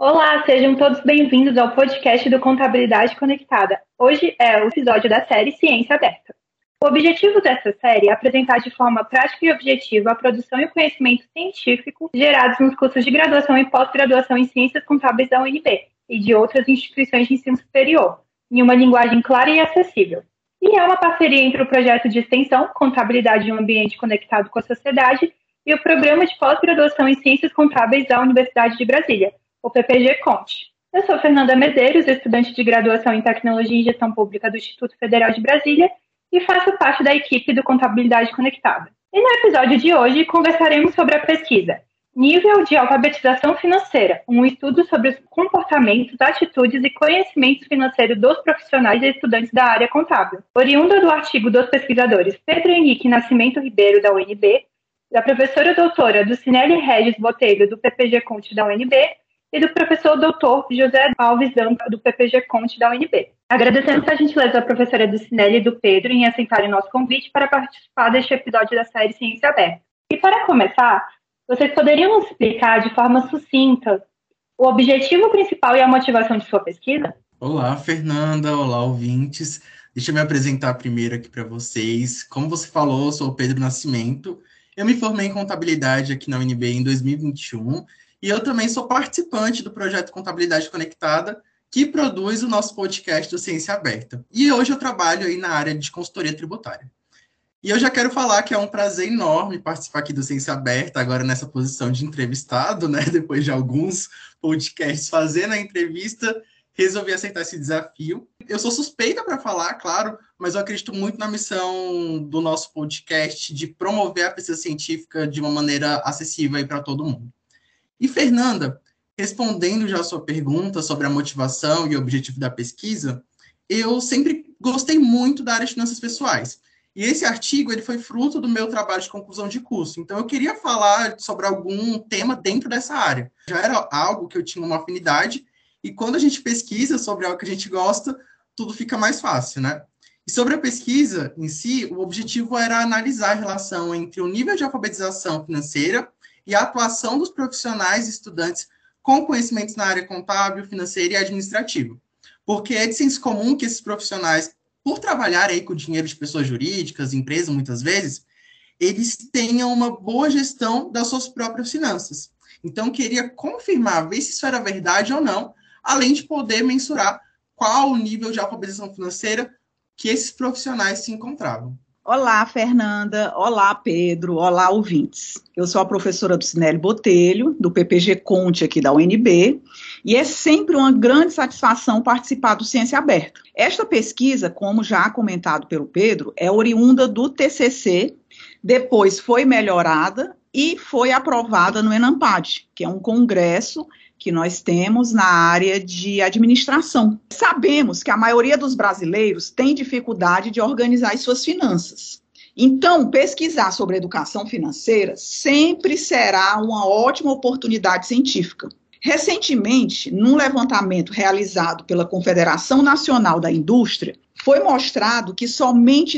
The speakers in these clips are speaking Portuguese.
Olá, sejam todos bem-vindos ao podcast do Contabilidade Conectada. Hoje é o episódio da série Ciência Aberta. O objetivo dessa série é apresentar de forma prática e objetiva a produção e o conhecimento científico gerados nos cursos de graduação e pós-graduação em Ciências Contábeis da UNB e de outras instituições de ensino superior, em uma linguagem clara e acessível. E é uma parceria entre o projeto de extensão Contabilidade em um Ambiente Conectado com a Sociedade e o Programa de Pós-Graduação em Ciências Contábeis da Universidade de Brasília, o PPG-CONT. Eu sou Fernanda Medeiros, estudante de graduação em Tecnologia e Gestão Pública do Instituto Federal de Brasília e faço parte da equipe do Contabilidade Conectada. E no episódio de hoje conversaremos sobre a pesquisa Nível de Alfabetização Financeira, um estudo sobre os comportamentos, atitudes e conhecimentos financeiros dos profissionais e estudantes da área contábil, oriunda do artigo dos pesquisadores Pedro Henrique Nascimento Ribeiro, da UNB, da professora doutora Ducinelli Regis Botelho, do PPG-CONT da UNB, e do professor doutor José Alves Danca, do PPG-CONT da UNB. Agradecemos a gentileza da professora Ducinelli e do Pedro em aceitarem nosso convite para participar deste episódio da série Ciência Aberta. E para começar, vocês poderiam nos explicar de forma sucinta o objetivo principal e a motivação de sua pesquisa? Olá, Fernanda. Olá, ouvintes. Deixa eu me apresentar primeiro aqui para vocês. Como você falou, eu sou o Pedro Nascimento. Eu me formei em contabilidade aqui na UNB em 2021 e eu também sou participante do projeto Contabilidade Conectada, que produz o nosso podcast do Ciência Aberta. E hoje eu trabalho aí na área de consultoria tributária. E eu já quero falar que é um prazer enorme participar aqui do Ciência Aberta, agora nessa posição de entrevistado, né? Depois de alguns podcasts fazendo a entrevista, resolvi aceitar esse desafio. Eu sou suspeita para falar, claro, mas eu acredito muito na missão do nosso podcast de promover a pesquisa científica de uma maneira acessível para todo mundo. E, Fernanda, respondendo já a sua pergunta sobre a motivação e o objetivo da pesquisa, eu sempre gostei muito da área de finanças pessoais. E esse artigo ele foi fruto do meu trabalho de conclusão de curso. Então, eu queria falar sobre algum tema dentro dessa área. Já era algo que eu tinha uma afinidade, e quando a gente pesquisa sobre algo que a gente gosta, tudo fica mais fácil, né? E sobre a pesquisa em si, o objetivo era analisar a relação entre o nível de alfabetização financeira e a atuação dos profissionais e estudantes com conhecimentos na área contábil, financeira e administrativa. Porque é de senso comum que esses profissionais, por trabalhar aí com o dinheiro de pessoas jurídicas, empresas, muitas vezes, eles tenham uma boa gestão das suas próprias finanças. Então, queria confirmar, ver se isso era verdade ou não, além de poder mensurar qual o nível de alfabetização financeira que esses profissionais se encontravam. Olá, Fernanda. Olá, Pedro. Olá, ouvintes. Eu sou a professora Ducinelli Botelho, do PPG-CONT aqui da UNB, e é sempre uma grande satisfação participar do Ciência Aberta. Esta pesquisa, como já comentado pelo Pedro, é oriunda do TCC, depois foi melhorada e foi aprovada no ENAMPAD, que é um congresso que nós temos na área de administração. Sabemos que a maioria dos brasileiros tem dificuldade de organizar as suas finanças. Então, pesquisar sobre educação financeira sempre será uma ótima oportunidade científica. Recentemente, num levantamento realizado pela Confederação Nacional da Indústria, foi mostrado que somente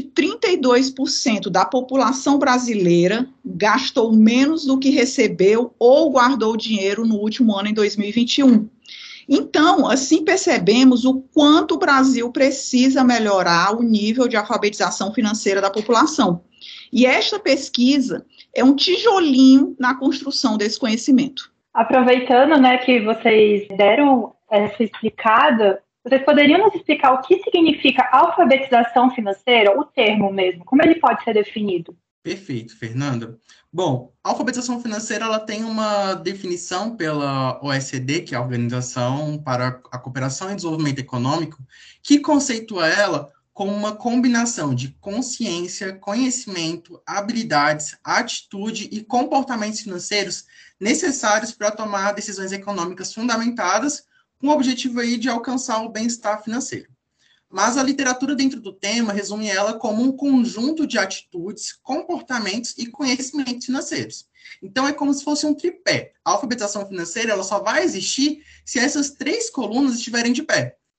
32% da população brasileira gastou menos do que recebeu ou guardou dinheiro no último ano, em 2021. Então, assim percebemos o quanto o Brasil precisa melhorar o nível de alfabetização financeira da população. E esta pesquisa é um tijolinho na construção desse conhecimento. Aproveitando, né, que vocês deram essa explicada, vocês poderiam nos explicar o que significa alfabetização financeira, o termo mesmo, como ele pode ser definido? Perfeito, Fernanda. Bom, a alfabetização financeira ela tem uma definição pela OECD, que é a Organização para a Cooperação e Desenvolvimento Econômico, que conceitua ela como uma combinação de consciência, conhecimento, habilidades, atitude e comportamentos financeiros necessários para tomar decisões econômicas fundamentadas com o objetivo aí de alcançar o bem-estar financeiro. Mas a literatura dentro do tema resume ela como um conjunto de atitudes, comportamentos e conhecimentos financeiros. Então, é como se fosse um tripé. A alfabetização financeira ela só vai existir se essas três colunas estiverem de pé.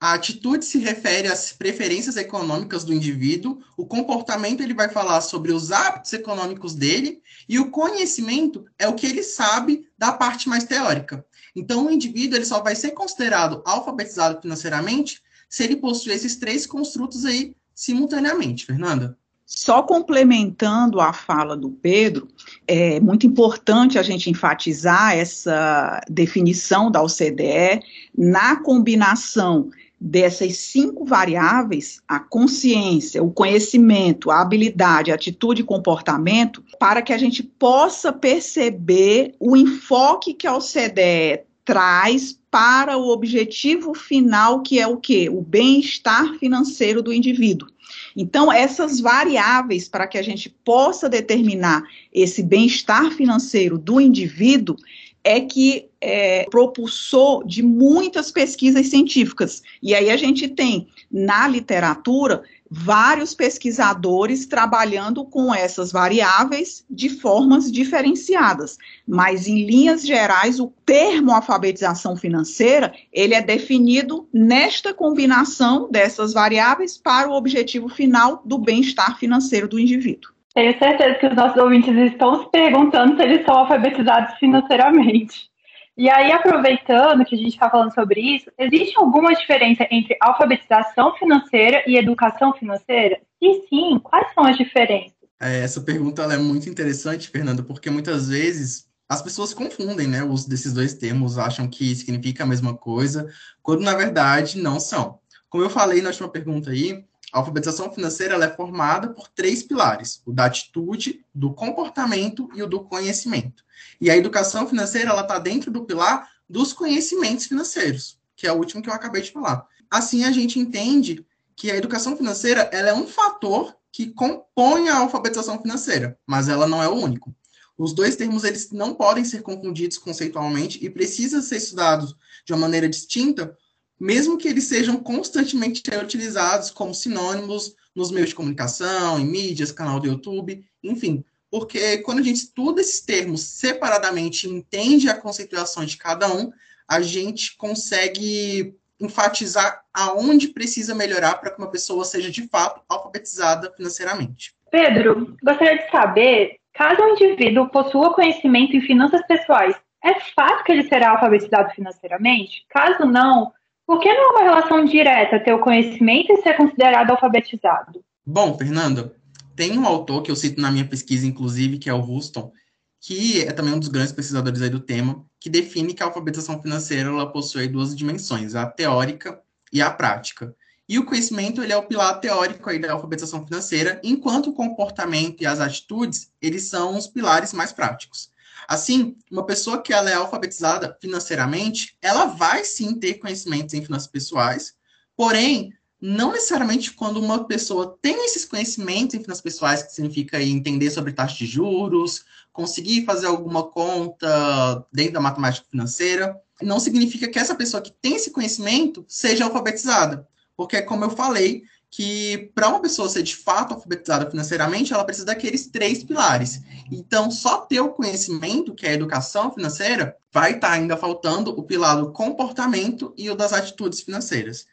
A atitude se refere às preferências econômicas do indivíduo, o comportamento ele vai falar sobre os hábitos econômicos dele, e o conhecimento é o que ele sabe da parte mais teórica. Então, o indivíduo ele só vai ser considerado alfabetizado financeiramente se ele possui esses três construtos aí simultaneamente. Fernanda? Só complementando a fala do Pedro, é muito importante a gente enfatizar essa definição da OCDE na combinação dessas 5 variáveis, a consciência, o conhecimento, a habilidade, a atitude e comportamento, para que a gente possa perceber o enfoque que a OCDE traz para o objetivo final, que é o quê? O bem-estar financeiro do indivíduo. Então, essas variáveis para que a gente possa determinar esse bem-estar financeiro do indivíduo é que propulsor de muitas pesquisas científicas. E aí a gente tem, na literatura, vários pesquisadores trabalhando com essas variáveis de formas diferenciadas. Mas, em linhas gerais, o termo alfabetização financeira, ele é definido nesta combinação dessas variáveis para o objetivo final do bem-estar financeiro do indivíduo. Tenho certeza que os nossos ouvintes estão se perguntando se eles são alfabetizados financeiramente. E aí, aproveitando que a gente está falando sobre isso, existe alguma diferença entre alfabetização financeira e educação financeira? E sim, quais são as diferenças? Essa pergunta ela é muito interessante, Fernanda, porque muitas vezes as pessoas confundem, né, o uso desses dois termos, acham que significa a mesma coisa, quando na verdade não são. Como eu falei na última pergunta aí, a alfabetização financeira ela é formada por 3 pilares, o da atitude, do comportamento e o do conhecimento. E a educação financeira ela está dentro do pilar dos conhecimentos financeiros, que é o último que eu acabei de falar. Assim, a gente entende que a educação financeira ela é um fator que compõe a alfabetização financeira, mas ela não é o único. Os dois termos eles não podem ser confundidos conceitualmente e precisam ser estudados de uma maneira distinta, mesmo que eles sejam constantemente utilizados como sinônimos nos meios de comunicação, em mídias, canal do YouTube, enfim. Porque quando a gente estuda esses termos separadamente e entende a conceituação de cada um, a gente consegue enfatizar aonde precisa melhorar para que uma pessoa seja, de fato, alfabetizada financeiramente. Pedro, gostaria de saber, caso um indivíduo possua conhecimento em finanças pessoais, é fato que ele será alfabetizado financeiramente? Caso não, por que não há uma relação direta ter o conhecimento e ser considerado alfabetizado? Bom, Fernanda, tem um autor que eu cito na minha pesquisa, inclusive, que é o Houston, que é também um dos grandes pesquisadores aí do tema, que define que a alfabetização financeira ela possui 2 dimensões, a teórica e a prática. E o conhecimento ele é o pilar teórico aí da alfabetização financeira, enquanto o comportamento e as atitudes eles são os pilares mais práticos. Assim, uma pessoa que ela é alfabetizada financeiramente, ela vai sim ter conhecimentos em finanças pessoais, porém, não necessariamente quando uma pessoa tem esses conhecimentos em finanças pessoais, que significa aí entender sobre taxa de juros, conseguir fazer alguma conta dentro da matemática financeira, não significa que essa pessoa que tem esse conhecimento seja alfabetizada. Porque, como eu falei, que para uma pessoa ser de fato alfabetizada financeiramente, ela precisa daqueles 3 pilares. Então, só ter o conhecimento, que é a educação financeira, vai estar ainda faltando o pilar do comportamento e o das atitudes financeiras.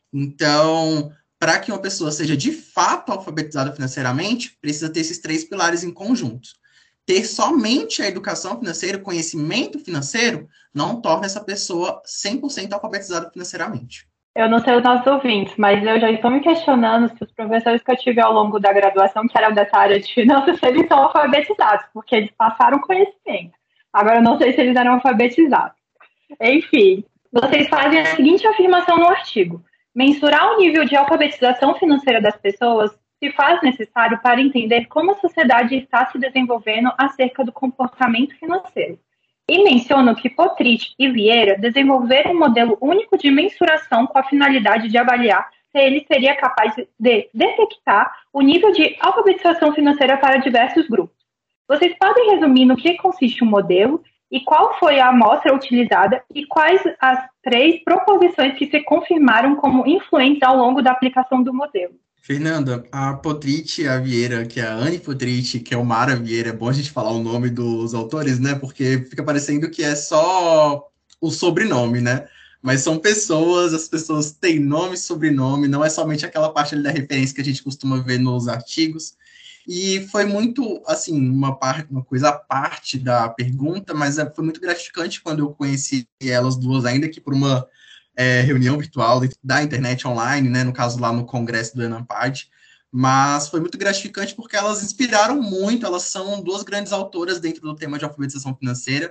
Então, para que uma pessoa seja de fato alfabetizada financeiramente, precisa ter esses 3 pilares em conjunto. Ter somente a educação financeira, o conhecimento financeiro, não torna essa pessoa 100% alfabetizada financeiramente. Eu não sei os nossos ouvintes, mas eu já estou me questionando se os professores que eu tive ao longo da graduação, que eram dessa área de finanças, se eles são alfabetizados, porque eles passaram conhecimento. Agora, eu não sei se eles eram alfabetizados. Enfim, vocês fazem a seguinte afirmação no artigo. Mensurar o nível de alfabetização financeira das pessoas se faz necessário para entender como a sociedade está se desenvolvendo acerca do comportamento financeiro. E menciono que Potrich e Vieira desenvolveram um modelo único de mensuração com a finalidade de avaliar se ele seria capaz de detectar o nível de alfabetização financeira para diversos grupos. Vocês podem resumir no que consiste o modelo e qual foi a amostra utilizada e quais as 3 proposições que se confirmaram como influentes ao longo da aplicação do modelo? Fernanda, a Potrich e a Vieira, que é a Anne Potrich, que é o Mara Vieira, é bom a gente falar o nome dos autores, né? Porque fica parecendo que é só o sobrenome, né? mas são pessoas, as pessoas têm nome e sobrenome, não é somente aquela parte ali da referência que a gente costuma ver nos artigos. E foi muito, assim, uma coisa à parte da pergunta, mas foi muito gratificante quando eu conheci elas duas, ainda que por uma reunião virtual da internet online, né, no caso lá no congresso do ENAMPAD, mas foi muito gratificante porque elas inspiraram muito, elas são duas grandes autoras dentro do tema de alfabetização financeira,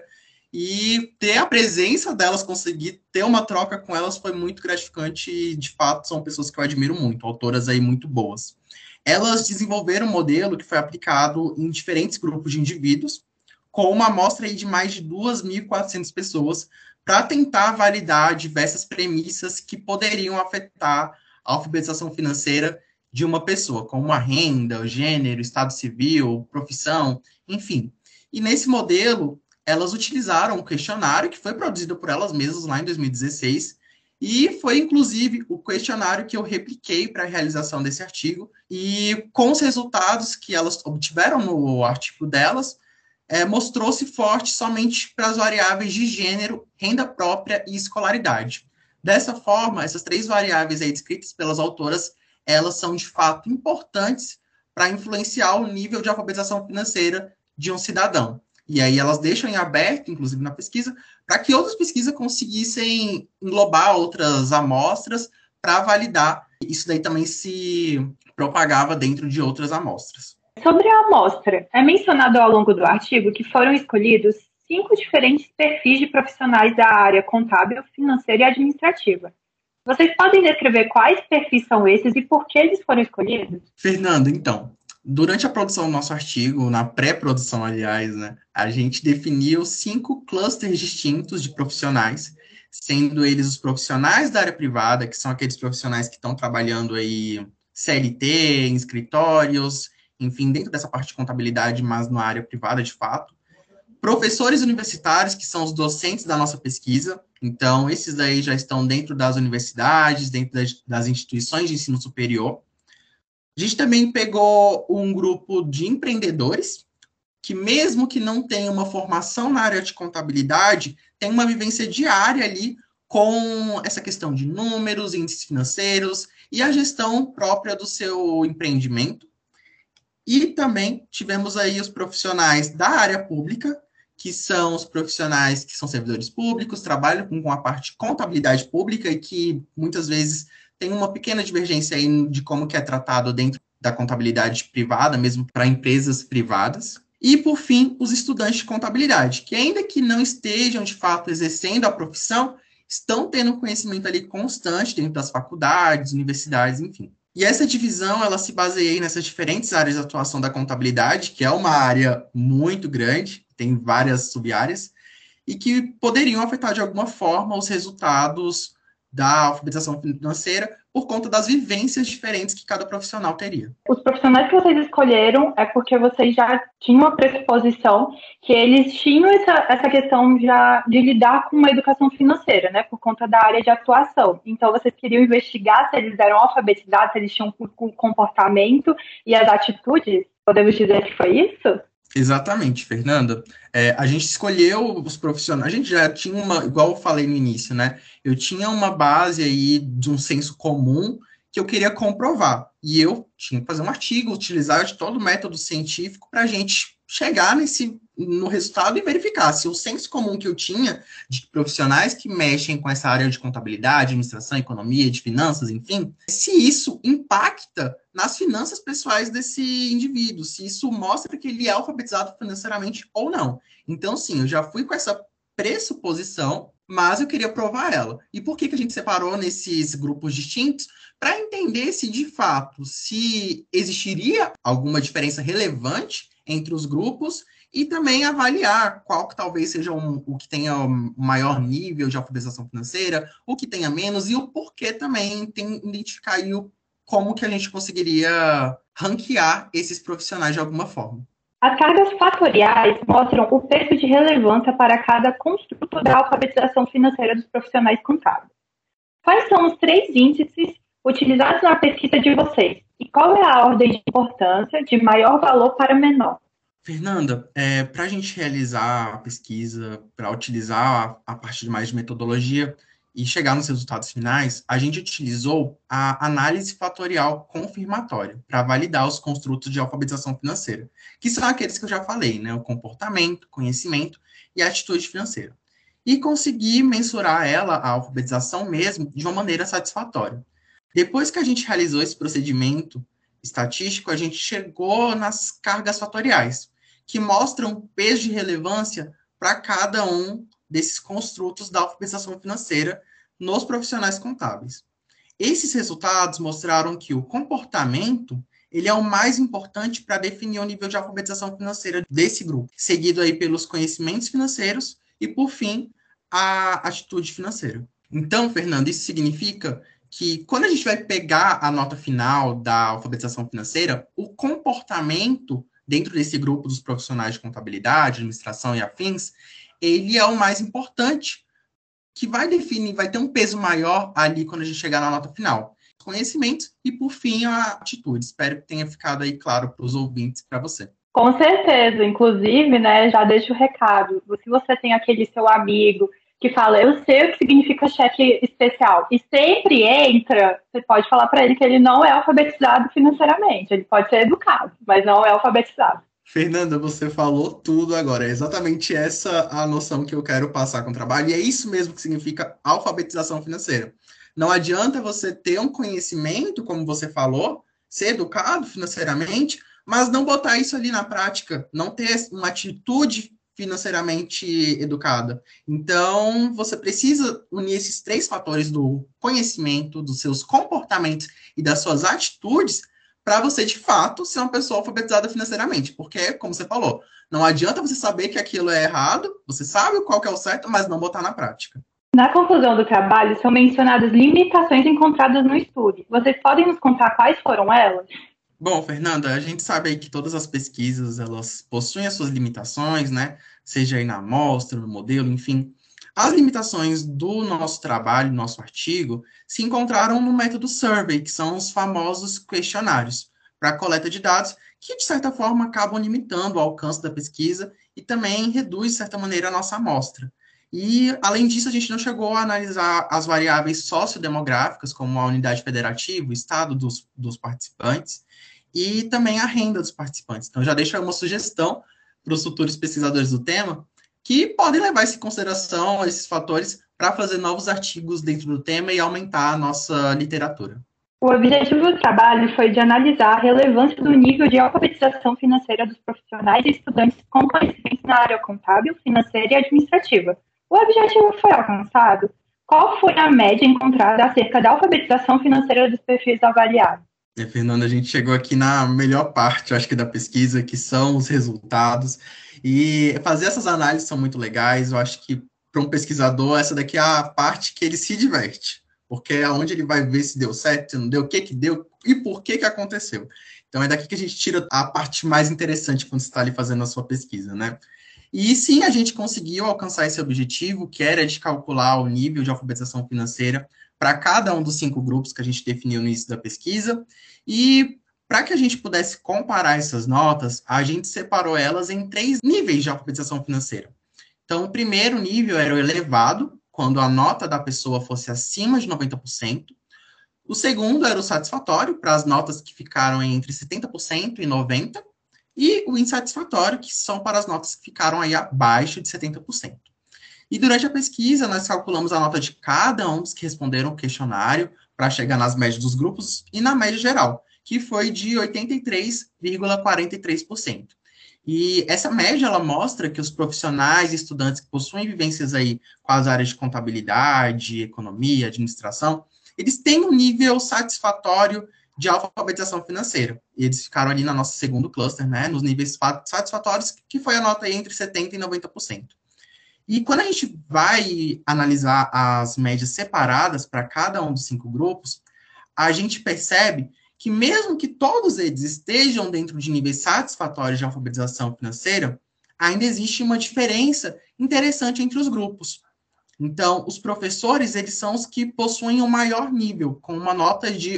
e ter a presença delas, conseguir ter uma troca com elas foi muito gratificante e, de fato, são pessoas que eu admiro muito, autoras aí muito boas. Elas desenvolveram um modelo que foi aplicado em diferentes grupos de indivíduos, com uma amostra aí de mais de 2.400 pessoas, para tentar validar diversas premissas que poderiam afetar a alfabetização financeira de uma pessoa, como a renda, o gênero, estado civil, profissão, enfim. E nesse modelo, elas utilizaram um questionário que foi produzido por elas mesmas lá em 2016, e foi, inclusive, o questionário que eu repliquei para a realização desse artigo, e com os resultados que elas obtiveram no artigo delas, mostrou-se forte somente para as variáveis de gênero, renda própria e escolaridade. Dessa forma, essas três variáveis aí descritas pelas autoras, elas são, de fato, importantes para influenciar o nível de alfabetização financeira de um cidadão. E aí elas deixam em aberto, inclusive na pesquisa, para que outras pesquisas conseguissem englobar outras amostras para validar. Isso daí também se propagava dentro de outras amostras. Sobre a amostra, é mencionado ao longo do artigo que foram escolhidos 5 diferentes perfis de profissionais da área contábil, financeira e administrativa. Vocês podem descrever quais perfis são esses e por que eles foram escolhidos? Fernando, então, durante a produção do nosso artigo, na pré-produção, aliás, né, a gente definiu 5 clusters distintos de profissionais, sendo eles os profissionais da área privada, que são aqueles profissionais que estão trabalhando aí CLT, em escritórios, enfim, dentro dessa parte de contabilidade, mas na área privada, de fato. Professores universitários, que são os docentes da nossa pesquisa, então esses daí já estão dentro das universidades, dentro das instituições de ensino superior. A gente também pegou um grupo de empreendedores, que mesmo que não tenham uma formação na área de contabilidade, tem uma vivência diária ali com essa questão de números, índices financeiros e a gestão própria do seu empreendimento. E também tivemos aí os profissionais da área pública, que são os profissionais que são servidores públicos, trabalham com a parte de contabilidade pública e que muitas vezes tem uma pequena divergência aí de como que é tratado dentro da contabilidade privada, mesmo para empresas privadas. E, por fim, os estudantes de contabilidade, que ainda que não estejam, de fato, exercendo a profissão, estão tendo conhecimento ali constante dentro das faculdades, universidades, enfim. E essa divisão, ela se baseia nessas diferentes áreas de atuação da contabilidade, que é uma área muito grande, tem várias sub-áreas, e que poderiam afetar de alguma forma os resultados da alfabetização financeira por conta das vivências diferentes que cada profissional teria. Os profissionais que vocês escolheram é porque vocês já tinham a pressuposição que eles tinham essa questão já de lidar com uma educação financeira, né, por conta da área de atuação. Então, vocês queriam investigar se eles eram alfabetizados, se eles tinham o comportamento e as atitudes? Podemos dizer que foi isso? Exatamente, Fernanda. A gente escolheu os profissionais, a gente já tinha igual eu falei no início, né? Eu tinha uma base aí de um senso comum que eu queria comprovar. E eu tinha que fazer um artigo, utilizar de todo o método científico para a gente chegar no resultado e verificar se o senso comum que eu tinha de profissionais que mexem com essa área de contabilidade, administração, economia, de finanças, enfim, se isso impacta nas finanças pessoais desse indivíduo, se isso mostra que ele é alfabetizado financeiramente ou não. Então, sim, eu já fui com essa pressuposição, mas eu queria provar ela. E por que a gente separou nesses grupos distintos? Para entender se, de fato, se existiria alguma diferença relevante entre os grupos e também avaliar qual que talvez seja o que tenha o maior nível de alfabetização financeira, o que tenha menos e o porquê também identificar aí como que a gente conseguiria ranquear esses profissionais de alguma forma. As cargas fatoriais mostram o peso de relevância para cada construto da alfabetização financeira dos profissionais contábeis. Quais são os 3 índices utilizados na pesquisa de vocês? E qual é a ordem de importância de maior valor para menor? Fernanda, para a gente realizar a pesquisa, para utilizar a parte mais de metodologia, e chegar nos resultados finais, a gente utilizou a análise fatorial confirmatória para validar os construtos de alfabetização financeira, que são aqueles que eu já falei, né? O comportamento, conhecimento e a atitude financeira. E conseguir mensurar ela, a alfabetização mesmo, de uma maneira satisfatória. Depois que a gente realizou esse procedimento estatístico, a gente chegou nas cargas fatoriais, que mostram o peso de relevância para cada um desses construtos da alfabetização financeira nos profissionais contábeis. Esses resultados mostraram que o comportamento ele é o mais importante para definir o nível de alfabetização financeira desse grupo, seguido aí pelos conhecimentos financeiros e, por fim, a atitude financeira. Então, Fernando, isso significa que quando a gente vai pegar a nota final da alfabetização financeira, o comportamento dentro desse grupo dos profissionais de contabilidade, administração e afins, ele é o mais importante, que vai definir, vai ter um peso maior ali quando a gente chegar na nota final. Conhecimentos e, por fim, a atitude. Espero que tenha ficado aí claro para os ouvintes e para você. Com certeza. Inclusive, né, já deixo o recado. Se você tem aquele seu amigo que fala, eu sei o que significa cheque especial, e sempre entra, você pode falar para ele que ele não é alfabetizado financeiramente. Ele pode ser educado, mas não é alfabetizado. Fernanda, você falou tudo agora. É exatamente essa a noção que eu quero passar com o trabalho. E é isso mesmo que significa alfabetização financeira. Não adianta você ter um conhecimento, como você falou, ser educado financeiramente, mas não botar isso ali na prática, não ter uma atitude financeiramente educada. Então, você precisa unir esses 3 fatores do conhecimento, dos seus comportamentos e das suas atitudes para você, de fato, ser uma pessoa alfabetizada financeiramente. Porque, como você falou, não adianta você saber que aquilo é errado, você sabe qual que é o certo, mas não botar na prática. Na conclusão do trabalho, são mencionadas limitações encontradas no estudo. Vocês podem nos contar quais foram elas? Bom, Fernanda, a gente sabe aí que todas as pesquisas, elas possuem as suas limitações, né? Seja aí na amostra, no modelo, enfim. As limitações do nosso trabalho, do nosso artigo, se encontraram no método survey, que são os famosos questionários para coleta de dados, que, de certa forma, acabam limitando o alcance da pesquisa e também reduz, de certa maneira, a nossa amostra. E, além disso, a gente não chegou a analisar as variáveis sociodemográficas, como a unidade federativa, o estado dos participantes, e também a renda dos participantes. Então, já deixo uma sugestão para os futuros pesquisadores do tema, que podem levar isso em consideração, esses fatores, para fazer novos artigos dentro do tema e aumentar a nossa literatura. O objetivo do trabalho foi de analisar a relevância do nível de alfabetização financeira dos profissionais e estudantes com conhecimentos na área contábil, financeira e administrativa. O objetivo foi alcançado? Qual foi a média encontrada acerca da alfabetização financeira dos perfis avaliados? Fernanda, a gente chegou aqui na melhor parte, eu acho que da pesquisa, que são os resultados. E fazer essas análises são muito legais. Eu acho que, para um pesquisador, essa daqui é a parte que ele se diverte, porque é onde ele vai ver se deu certo, se não deu, o que deu e por que aconteceu. Então, é daqui que a gente tira a parte mais interessante quando você está ali fazendo a sua pesquisa, né? E sim, a gente conseguiu alcançar esse objetivo, que era de calcular o nível de alfabetização financeira para cada um dos 5 grupos que a gente definiu no início da pesquisa. E para que a gente pudesse comparar essas notas, a gente separou elas em 3 níveis de alfabetização financeira. Então, o primeiro nível era o elevado, quando a nota da pessoa fosse acima de 90%. O segundo era o satisfatório, para as notas que ficaram entre 70% e 90%. E o insatisfatório, que são para as notas que ficaram aí abaixo de 70%. E durante a pesquisa, nós calculamos a nota de cada um dos que responderam o questionário para chegar nas médias dos grupos e na média geral, que foi de 83,43%. E essa média, ela mostra que os profissionais e estudantes que possuem vivências aí com as áreas de contabilidade, economia, administração, eles têm um nível satisfatório de alfabetização financeira. E eles ficaram ali no nosso segundo cluster, né, nos níveis satisfatórios, que foi a nota aí entre 70% e 90%. E quando a gente vai analisar as médias separadas para cada um dos 5 grupos, a gente percebe que mesmo que todos eles estejam dentro de níveis satisfatórios de alfabetização financeira, ainda existe uma diferença interessante entre os grupos. Então, os professores, eles são os que possuem o maior nível, com uma nota de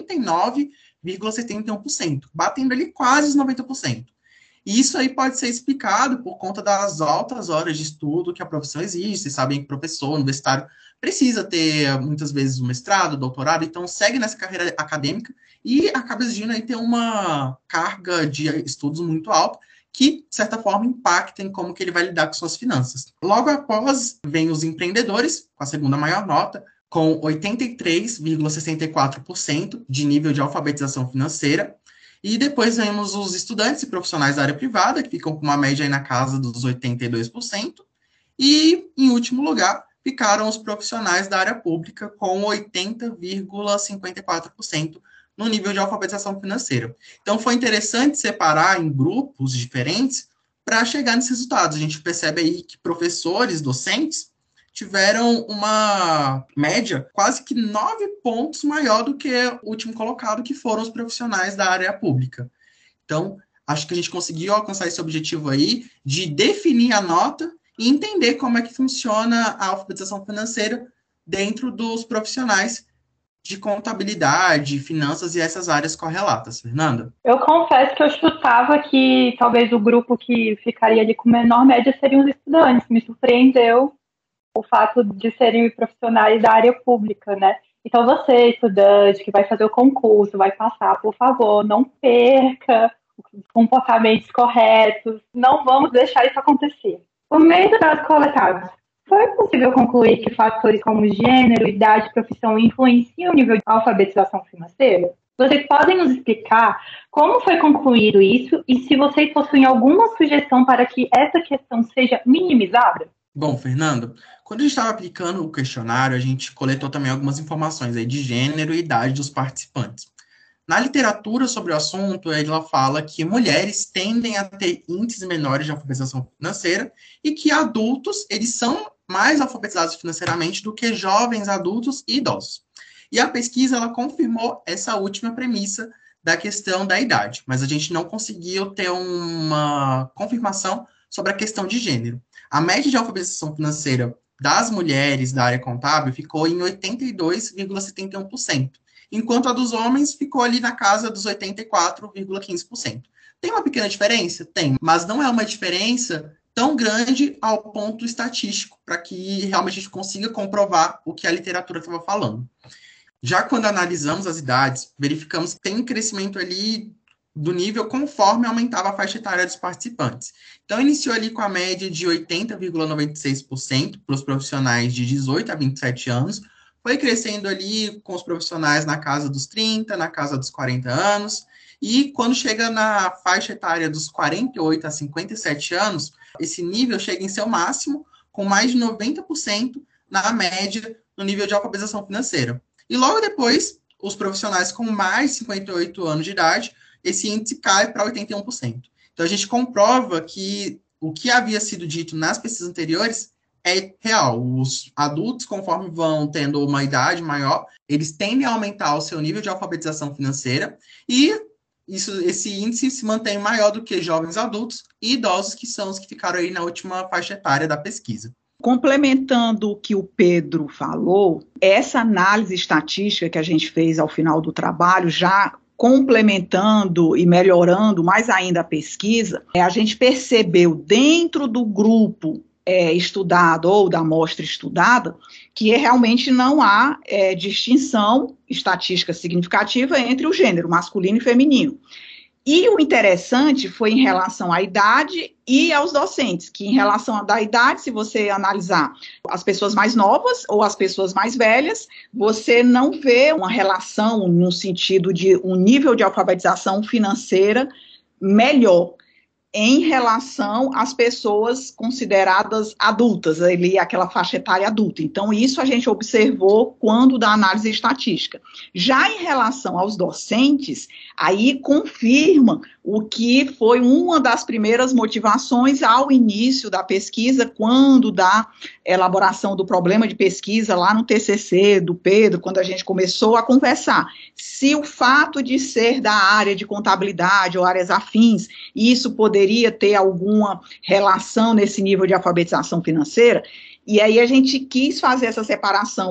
89,71%, batendo ali quase os 90%. E isso aí pode ser explicado por conta das altas horas de estudo que a profissão exige. Vocês sabem que professor universitário precisa ter, muitas vezes, um mestrado, doutorado, então segue nessa carreira acadêmica e acaba exigindo aí ter uma carga de estudos muito alta, que, de certa forma, impacta em como que ele vai lidar com suas finanças. Logo após, vem os empreendedores, com a segunda maior nota, com 83,64% de nível de alfabetização financeira. E depois vemos os estudantes e profissionais da área privada, que ficam com uma média aí na casa dos 82%. E, em último lugar, ficaram os profissionais da área pública, com 80,54% no nível de alfabetização financeira. Então, foi interessante separar em grupos diferentes para chegar nesses resultados. A gente percebe aí que professores, docentes, tiveram uma média quase que 9 pontos maior do que o último colocado, que foram os profissionais da área pública. Então, acho que a gente conseguiu alcançar esse objetivo aí de definir a nota e entender como é que funciona a alfabetização financeira dentro dos profissionais de contabilidade, finanças e essas áreas correlatas. Fernanda? Eu confesso que eu chutava que talvez o grupo que ficaria ali com menor média seriam os estudantes. Me surpreendeu o fato de serem profissionais da área pública, né? Então você, estudante, que vai fazer o concurso, vai passar, por favor, não perca os comportamentos corretos, não vamos deixar isso acontecer. Por meio dos dados coletados, foi possível concluir que fatores como gênero, idade e profissão influenciam o nível de alfabetização financeira? Vocês podem nos explicar como foi concluído isso e se vocês possuem alguma sugestão para que essa questão seja minimizada? Bom, Fernando, quando a gente estava aplicando o questionário, a gente coletou também algumas informações aí de gênero e idade dos participantes. Na literatura sobre o assunto, ela fala que mulheres tendem a ter índices menores de alfabetização financeira e que adultos, eles são mais alfabetizados financeiramente do que jovens, adultos e idosos. E a pesquisa, ela confirmou essa última premissa da questão da idade, mas a gente não conseguiu ter uma confirmação sobre a questão de gênero. A média de alfabetização financeira das mulheres da área contábil ficou em 82,71%, enquanto a dos homens ficou ali na casa dos 84,15%. Tem uma pequena diferença? Tem, mas não é uma diferença tão grande ao ponto estatístico para que realmente a gente consiga comprovar o que a literatura estava falando. Já quando analisamos as idades, verificamos que tem um crescimento ali do nível conforme aumentava a faixa etária dos participantes. Então, iniciou ali com a média de 80,96% para os profissionais de 18 a 27 anos, foi crescendo ali com os profissionais na casa dos 30, na casa dos 40 anos, e quando chega na faixa etária dos 48 a 57 anos, esse nível chega em seu máximo, com mais de 90% na média no nível de alfabetização financeira. E logo depois, os profissionais com mais de 58 anos de idade, esse índice cai para 81%. Então, a gente comprova que o que havia sido dito nas pesquisas anteriores é real. Os adultos, conforme vão tendo uma idade maior, eles tendem a aumentar o seu nível de alfabetização financeira e esse índice se mantém maior do que jovens adultos e idosos, que são os que ficaram aí na última faixa etária da pesquisa. Complementando o que o Pedro falou, essa análise estatística que a gente fez ao final do trabalho, já complementando e melhorando mais ainda a pesquisa, a gente percebeu dentro do grupo estudado ou da amostra estudada que realmente não há distinção estatística significativa entre o gênero masculino e feminino. E o interessante foi em relação à idade e aos docentes, que em relação à idade, se você analisar as pessoas mais novas ou as pessoas mais velhas, você não vê uma relação no sentido de um nível de alfabetização financeira melhor em relação às pessoas consideradas adultas, ali aquela faixa etária adulta. Então, isso a gente observou quando da análise estatística. Já em relação aos docentes, aí confirma o que foi uma das primeiras motivações ao início da pesquisa, quando da elaboração do problema de pesquisa lá no TCC do Pedro, quando a gente começou a conversar. Se o fato de ser da área de contabilidade ou áreas afins, isso poderia ter alguma relação nesse nível de alfabetização financeira, e aí a gente quis fazer essa separação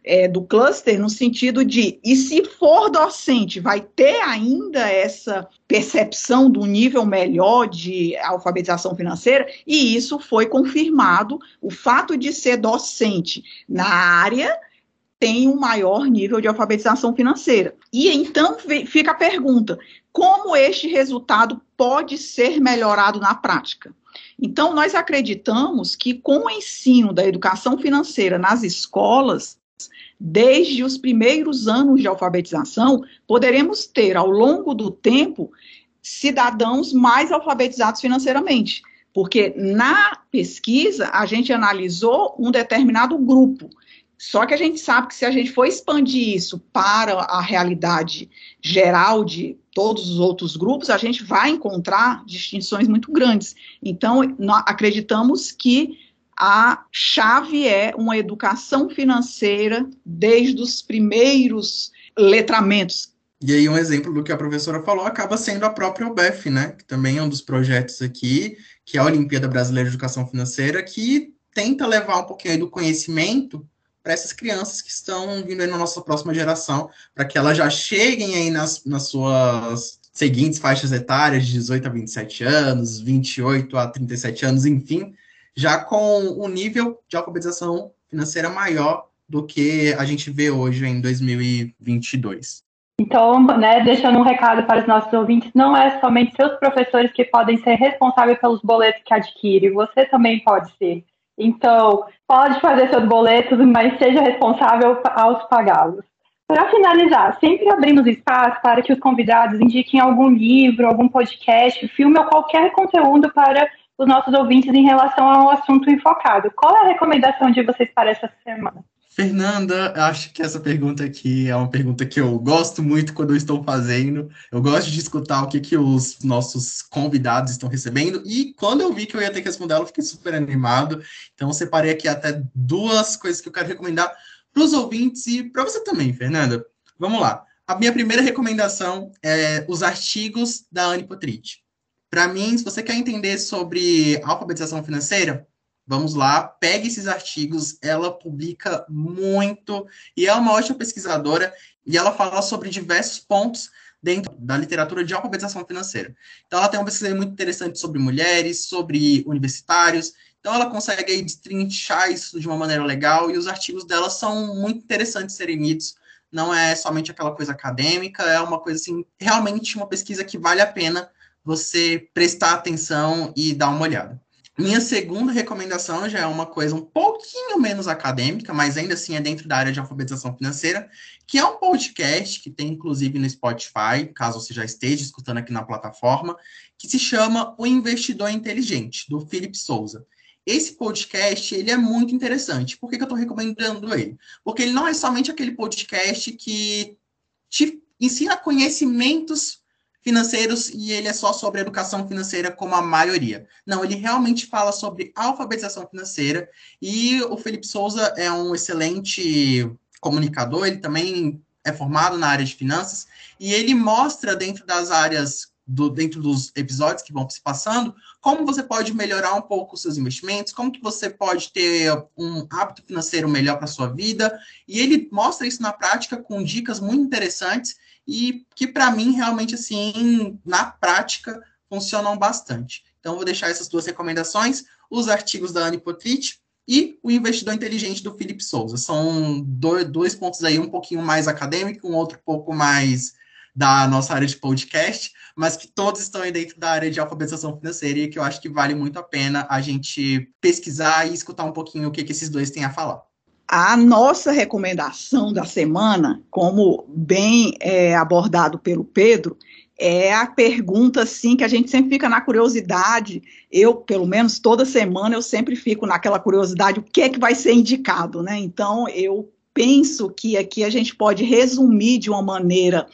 do cluster no sentido de, e se for docente, vai ter ainda essa percepção do nível melhor de alfabetização financeira? E isso foi confirmado, o fato de ser docente na área tem um maior nível de alfabetização financeira. E então fica a pergunta, como este resultado pode ser melhorado na prática? Então, nós acreditamos que com o ensino da educação financeira nas escolas, desde os primeiros anos de alfabetização, poderemos ter, ao longo do tempo, cidadãos mais alfabetizados financeiramente. Porque na pesquisa, a gente analisou um determinado grupo. Só que a gente sabe que se a gente for expandir isso para a realidade geral de todos os outros grupos, a gente vai encontrar distinções muito grandes. Então, nós acreditamos que a chave é uma educação financeira desde os primeiros letramentos. E aí um exemplo do que a professora falou acaba sendo a própria UBEF, né? Que também é um dos projetos aqui, que é a Olimpíada Brasileira de Educação Financeira, que tenta levar um pouquinho aí do conhecimento para essas crianças que estão vindo aí na nossa próxima geração, para que elas já cheguem aí nas suas seguintes faixas etárias, de 18 a 27 anos, 28 a 37 anos, enfim, já com um nível de alfabetização financeira maior do que a gente vê hoje em 2022. Então, né, deixando um recado para os nossos ouvintes, não é somente seus professores que podem ser responsáveis pelos boletos que adquire, você também pode ser. Então, pode fazer seus boletos, mas seja responsável ao pagá-los. Para finalizar, sempre abrimos espaço para que os convidados indiquem algum livro, algum podcast, filme ou qualquer conteúdo para os nossos ouvintes em relação ao assunto enfocado. Qual é a recomendação de vocês para essa semana? Fernanda, acho que essa pergunta aqui é uma pergunta que eu gosto muito quando eu estou fazendo. Eu gosto de escutar o que os nossos convidados estão recebendo. E quando eu vi que eu ia ter que responder ela, eu fiquei super animado. Então, eu separei aqui até 2 coisas que eu quero recomendar para os ouvintes e para você também, Fernanda. Vamos lá. A minha primeira recomendação é os artigos da Anne Potrich. Para mim, se você quer entender sobre alfabetização financeira, vamos lá, pegue esses artigos, ela publica muito, e é uma ótima pesquisadora, e ela fala sobre diversos pontos dentro da literatura de alfabetização financeira. Então, ela tem uma pesquisa muito interessante sobre mulheres, sobre universitários, então ela consegue aí destrinchar isso de uma maneira legal, e os artigos dela são muito interessantes de serem lidos, não é somente aquela coisa acadêmica, é uma coisa, assim, realmente uma pesquisa que vale a pena você prestar atenção e dar uma olhada. Minha segunda recomendação já é uma coisa um pouquinho menos acadêmica, mas ainda assim é dentro da área de alfabetização financeira, que é um podcast que tem inclusive no Spotify, caso você já esteja escutando aqui na plataforma, que se chama O Investidor Inteligente, do Felipe Souza. Esse podcast, ele é muito interessante. Por que eu estou recomendando ele? Porque ele não é somente aquele podcast que te ensina conhecimentos financeiros e ele é só sobre educação financeira como a maioria. Não, ele realmente fala sobre alfabetização financeira e o Felipe Souza é um excelente comunicador, ele também é formado na área de finanças e ele mostra dentro das áreas, dentro dos episódios que vão se passando, como você pode melhorar um pouco os seus investimentos, como que você pode ter um hábito financeiro melhor para a sua vida, e ele mostra isso na prática com dicas muito interessantes e que, para mim, realmente, assim, na prática, funcionam bastante. Então, vou deixar essas 2 recomendações, os artigos da Anne Potrich e o Investidor Inteligente do Felipe Souza. São 2 pontos aí, um pouquinho mais acadêmico, um outro pouco mais da nossa área de podcast, mas que todos estão aí dentro da área de alfabetização financeira e que eu acho que vale muito a pena a gente pesquisar e escutar um pouquinho o que esses 2 têm a falar. A nossa recomendação da semana, como bem abordado pelo Pedro, é a pergunta, assim, que a gente sempre fica na curiosidade. Eu, pelo menos, toda semana, eu sempre fico naquela curiosidade, o que é que vai ser indicado, né? Então, eu penso que aqui a gente pode resumir de uma maneira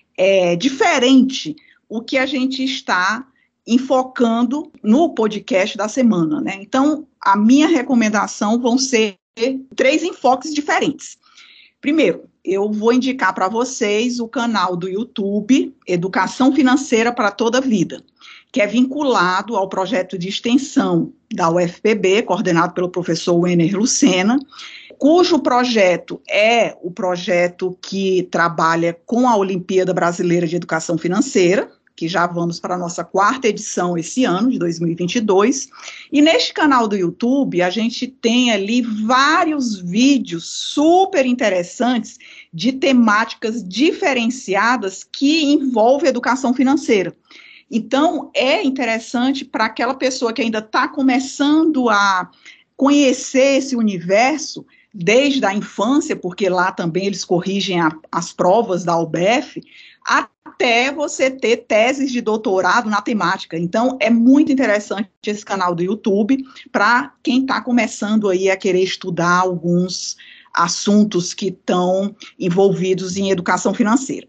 diferente o que a gente está enfocando no podcast da semana, né? Então, a minha recomendação vão ser 3 enfoques diferentes. Primeiro, eu vou indicar para vocês o canal do YouTube Educação Financeira para Toda a Vida, que é vinculado ao projeto de extensão da UFPB, coordenado pelo professor Wenner Lucena. cujo projeto é o projeto que trabalha com a Olimpíada Brasileira de Educação Financeira, que já vamos para a nossa 4ª edição esse ano, de 2022, e neste canal do YouTube a gente tem ali vários vídeos super interessantes de temáticas diferenciadas que envolvem educação financeira. Então, é interessante para aquela pessoa que ainda está começando a conhecer esse universo desde a infância, porque lá também eles corrigem as provas da UBF, até você ter teses de doutorado na temática. Então, é muito interessante esse canal do YouTube para quem está começando aí a querer estudar alguns assuntos que estão envolvidos em educação financeira.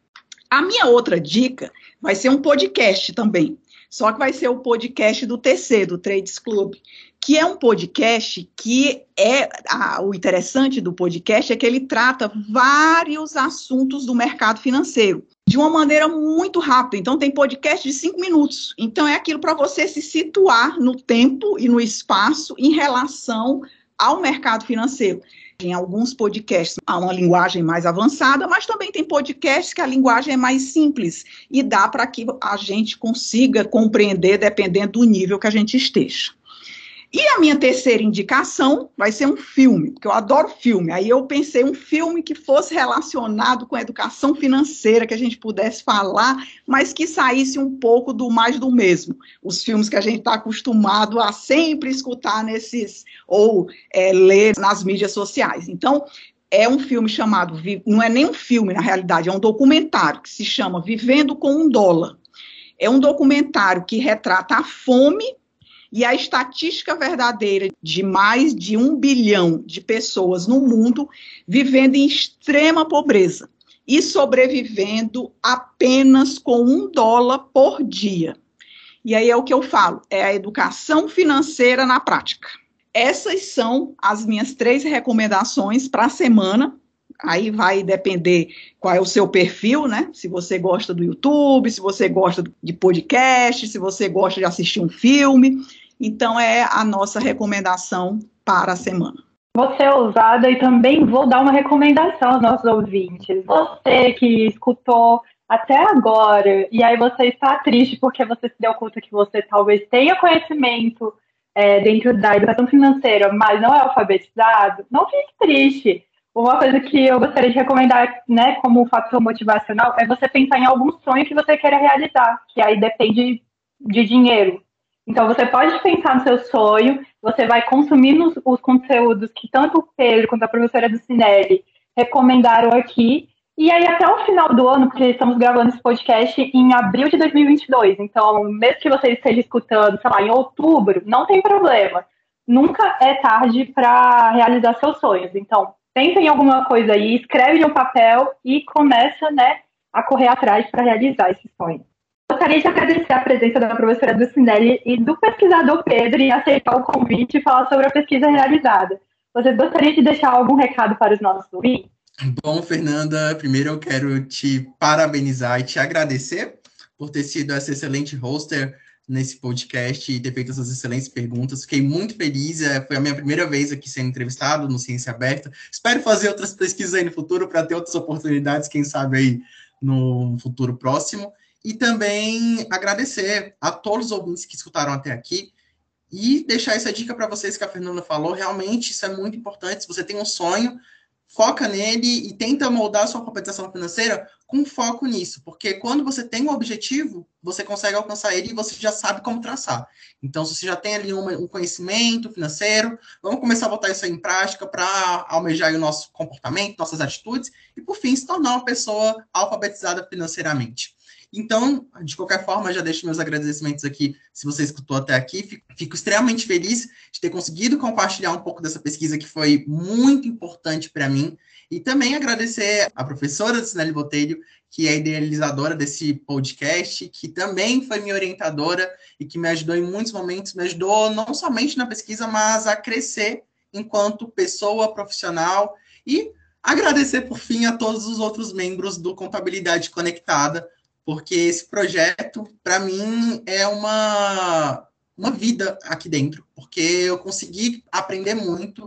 A minha outra dica vai ser um podcast também, só que vai ser o podcast do TC, do Trades Club, que é um podcast que o interessante do podcast é que ele trata vários assuntos do mercado financeiro, de uma maneira muito rápida. Então, tem podcast de 5 minutos. Então, é aquilo para você se situar no tempo e no espaço em relação ao mercado financeiro. Em alguns podcasts há uma linguagem mais avançada, mas também tem podcasts que a linguagem é mais simples e dá para que a gente consiga compreender dependendo do nível que a gente esteja. E a minha terceira indicação vai ser um filme, porque eu adoro filme. Aí eu pensei um filme que fosse relacionado com a educação financeira, que a gente pudesse falar, mas que saísse um pouco do mais do mesmo. Os filmes que a gente está acostumado a sempre escutar ou ler nas mídias sociais. Então, é um filme chamado, não é nem um filme na realidade, é um documentário que se chama Vivendo com $1. É um documentário que retrata a fome e a estatística verdadeira de mais de 1 bilhão de pessoas no mundo vivendo em extrema pobreza e sobrevivendo apenas com $1 por dia. E aí é o que eu falo, é a educação financeira na prática. Essas são as minhas 3 recomendações para a semana. Aí vai depender qual é o seu perfil, né? Se você gosta do YouTube, se você gosta de podcast, se você gosta de assistir um filme. Então, é a nossa recomendação para a semana. Vou ser ousada e também vou dar uma recomendação aos nossos ouvintes. Você que escutou até agora, e aí você está triste porque você se deu conta que você talvez tenha conhecimento dentro da educação financeira, mas não é alfabetizado, não fique triste. Uma coisa que eu gostaria de recomendar, né, como fator motivacional, é você pensar em algum sonho que você queira realizar, que aí depende de dinheiro. Então, você pode pensar no seu sonho, você vai consumir os conteúdos que tanto o Pedro quanto a professora do Cinelli recomendaram aqui, e aí até o final do ano, porque estamos gravando esse podcast em abril de 2022, então, mesmo que você esteja escutando, sei lá, em outubro, não tem problema. Nunca é tarde para realizar seus sonhos. Então, pensa em alguma coisa aí, escreve no papel e começa, né, a correr atrás para realizar esse sonho. Gostaria de agradecer a presença da professora Dulcinelli e do pesquisador Pedro em aceitar o convite e falar sobre a pesquisa realizada. Vocês gostariam de deixar algum recado para os nossos ouvintes? Bom, Fernanda, primeiro eu quero te parabenizar e te agradecer por ter sido essa excelente hoster nesse podcast e ter feito essas excelentes perguntas. Fiquei muito feliz, foi a minha primeira vez aqui sendo entrevistado no Ciência Aberta. Espero fazer outras pesquisas aí no futuro para ter outras oportunidades, quem sabe aí no futuro próximo. E também agradecer a todos os ouvintes que escutaram até aqui e deixar essa dica para vocês que a Fernanda falou. Realmente, isso é muito importante. Se você tem um sonho, foca nele e tenta moldar a sua alfabetização financeira com foco nisso. Porque quando você tem um objetivo, você consegue alcançar ele e você já sabe como traçar. Então, se você já tem ali um conhecimento financeiro, vamos começar a botar isso aí em prática para almejar o nosso comportamento, nossas atitudes e, por fim, se tornar uma pessoa alfabetizada financeiramente. Então, de qualquer forma, já deixo meus agradecimentos aqui, se você escutou até aqui. Fico extremamente feliz de ter conseguido compartilhar um pouco dessa pesquisa que foi muito importante para mim. E também agradecer a professora Cinelli Botelho, que é a idealizadora desse podcast, que também foi minha orientadora e que me ajudou em muitos momentos, me ajudou não somente na pesquisa, mas a crescer enquanto pessoa profissional. E agradecer, por fim, a todos os outros membros do Contabilidade Conectada, porque esse projeto, para mim, é uma vida aqui dentro, porque eu consegui aprender muito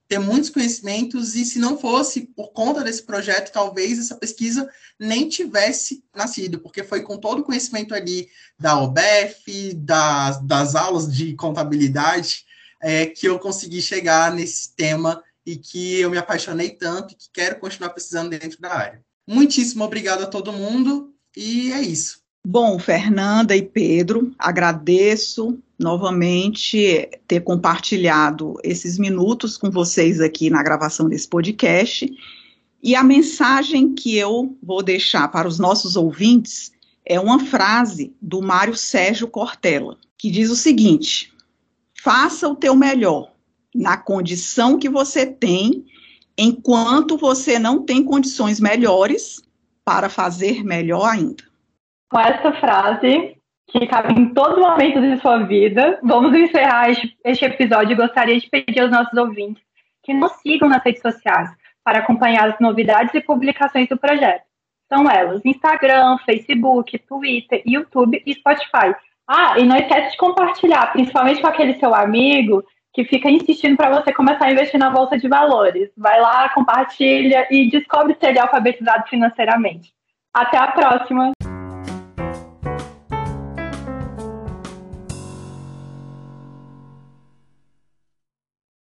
ter muitos conhecimentos, e se não fosse por conta desse projeto, talvez essa pesquisa nem tivesse nascido, porque foi com todo o conhecimento ali da OBEF, das aulas de contabilidade, que eu consegui chegar nesse tema e que eu me apaixonei tanto e que quero continuar pesquisando dentro da área. Muitíssimo obrigado a todo mundo, e é isso. Bom, Fernanda e Pedro, agradeço novamente ter compartilhado esses minutos com vocês aqui na gravação desse podcast. E a mensagem que eu vou deixar para os nossos ouvintes é uma frase do Mário Sérgio Cortella, que diz o seguinte: faça o teu melhor na condição que você tem, enquanto você não tem condições melhores para fazer melhor ainda. Com essa frase, que cabe em todos os momentos de sua vida, vamos encerrar este episódio. Gostaria de pedir aos nossos ouvintes que nos sigam nas redes sociais para acompanhar as novidades e publicações do projeto. São elas: Instagram, Facebook, Twitter, YouTube e Spotify. E não esquece de compartilhar, principalmente com aquele seu amigo que fica insistindo para você começar a investir na Bolsa de Valores. Vai lá, compartilha e descobre se ele é alfabetizado financeiramente. Até a próxima!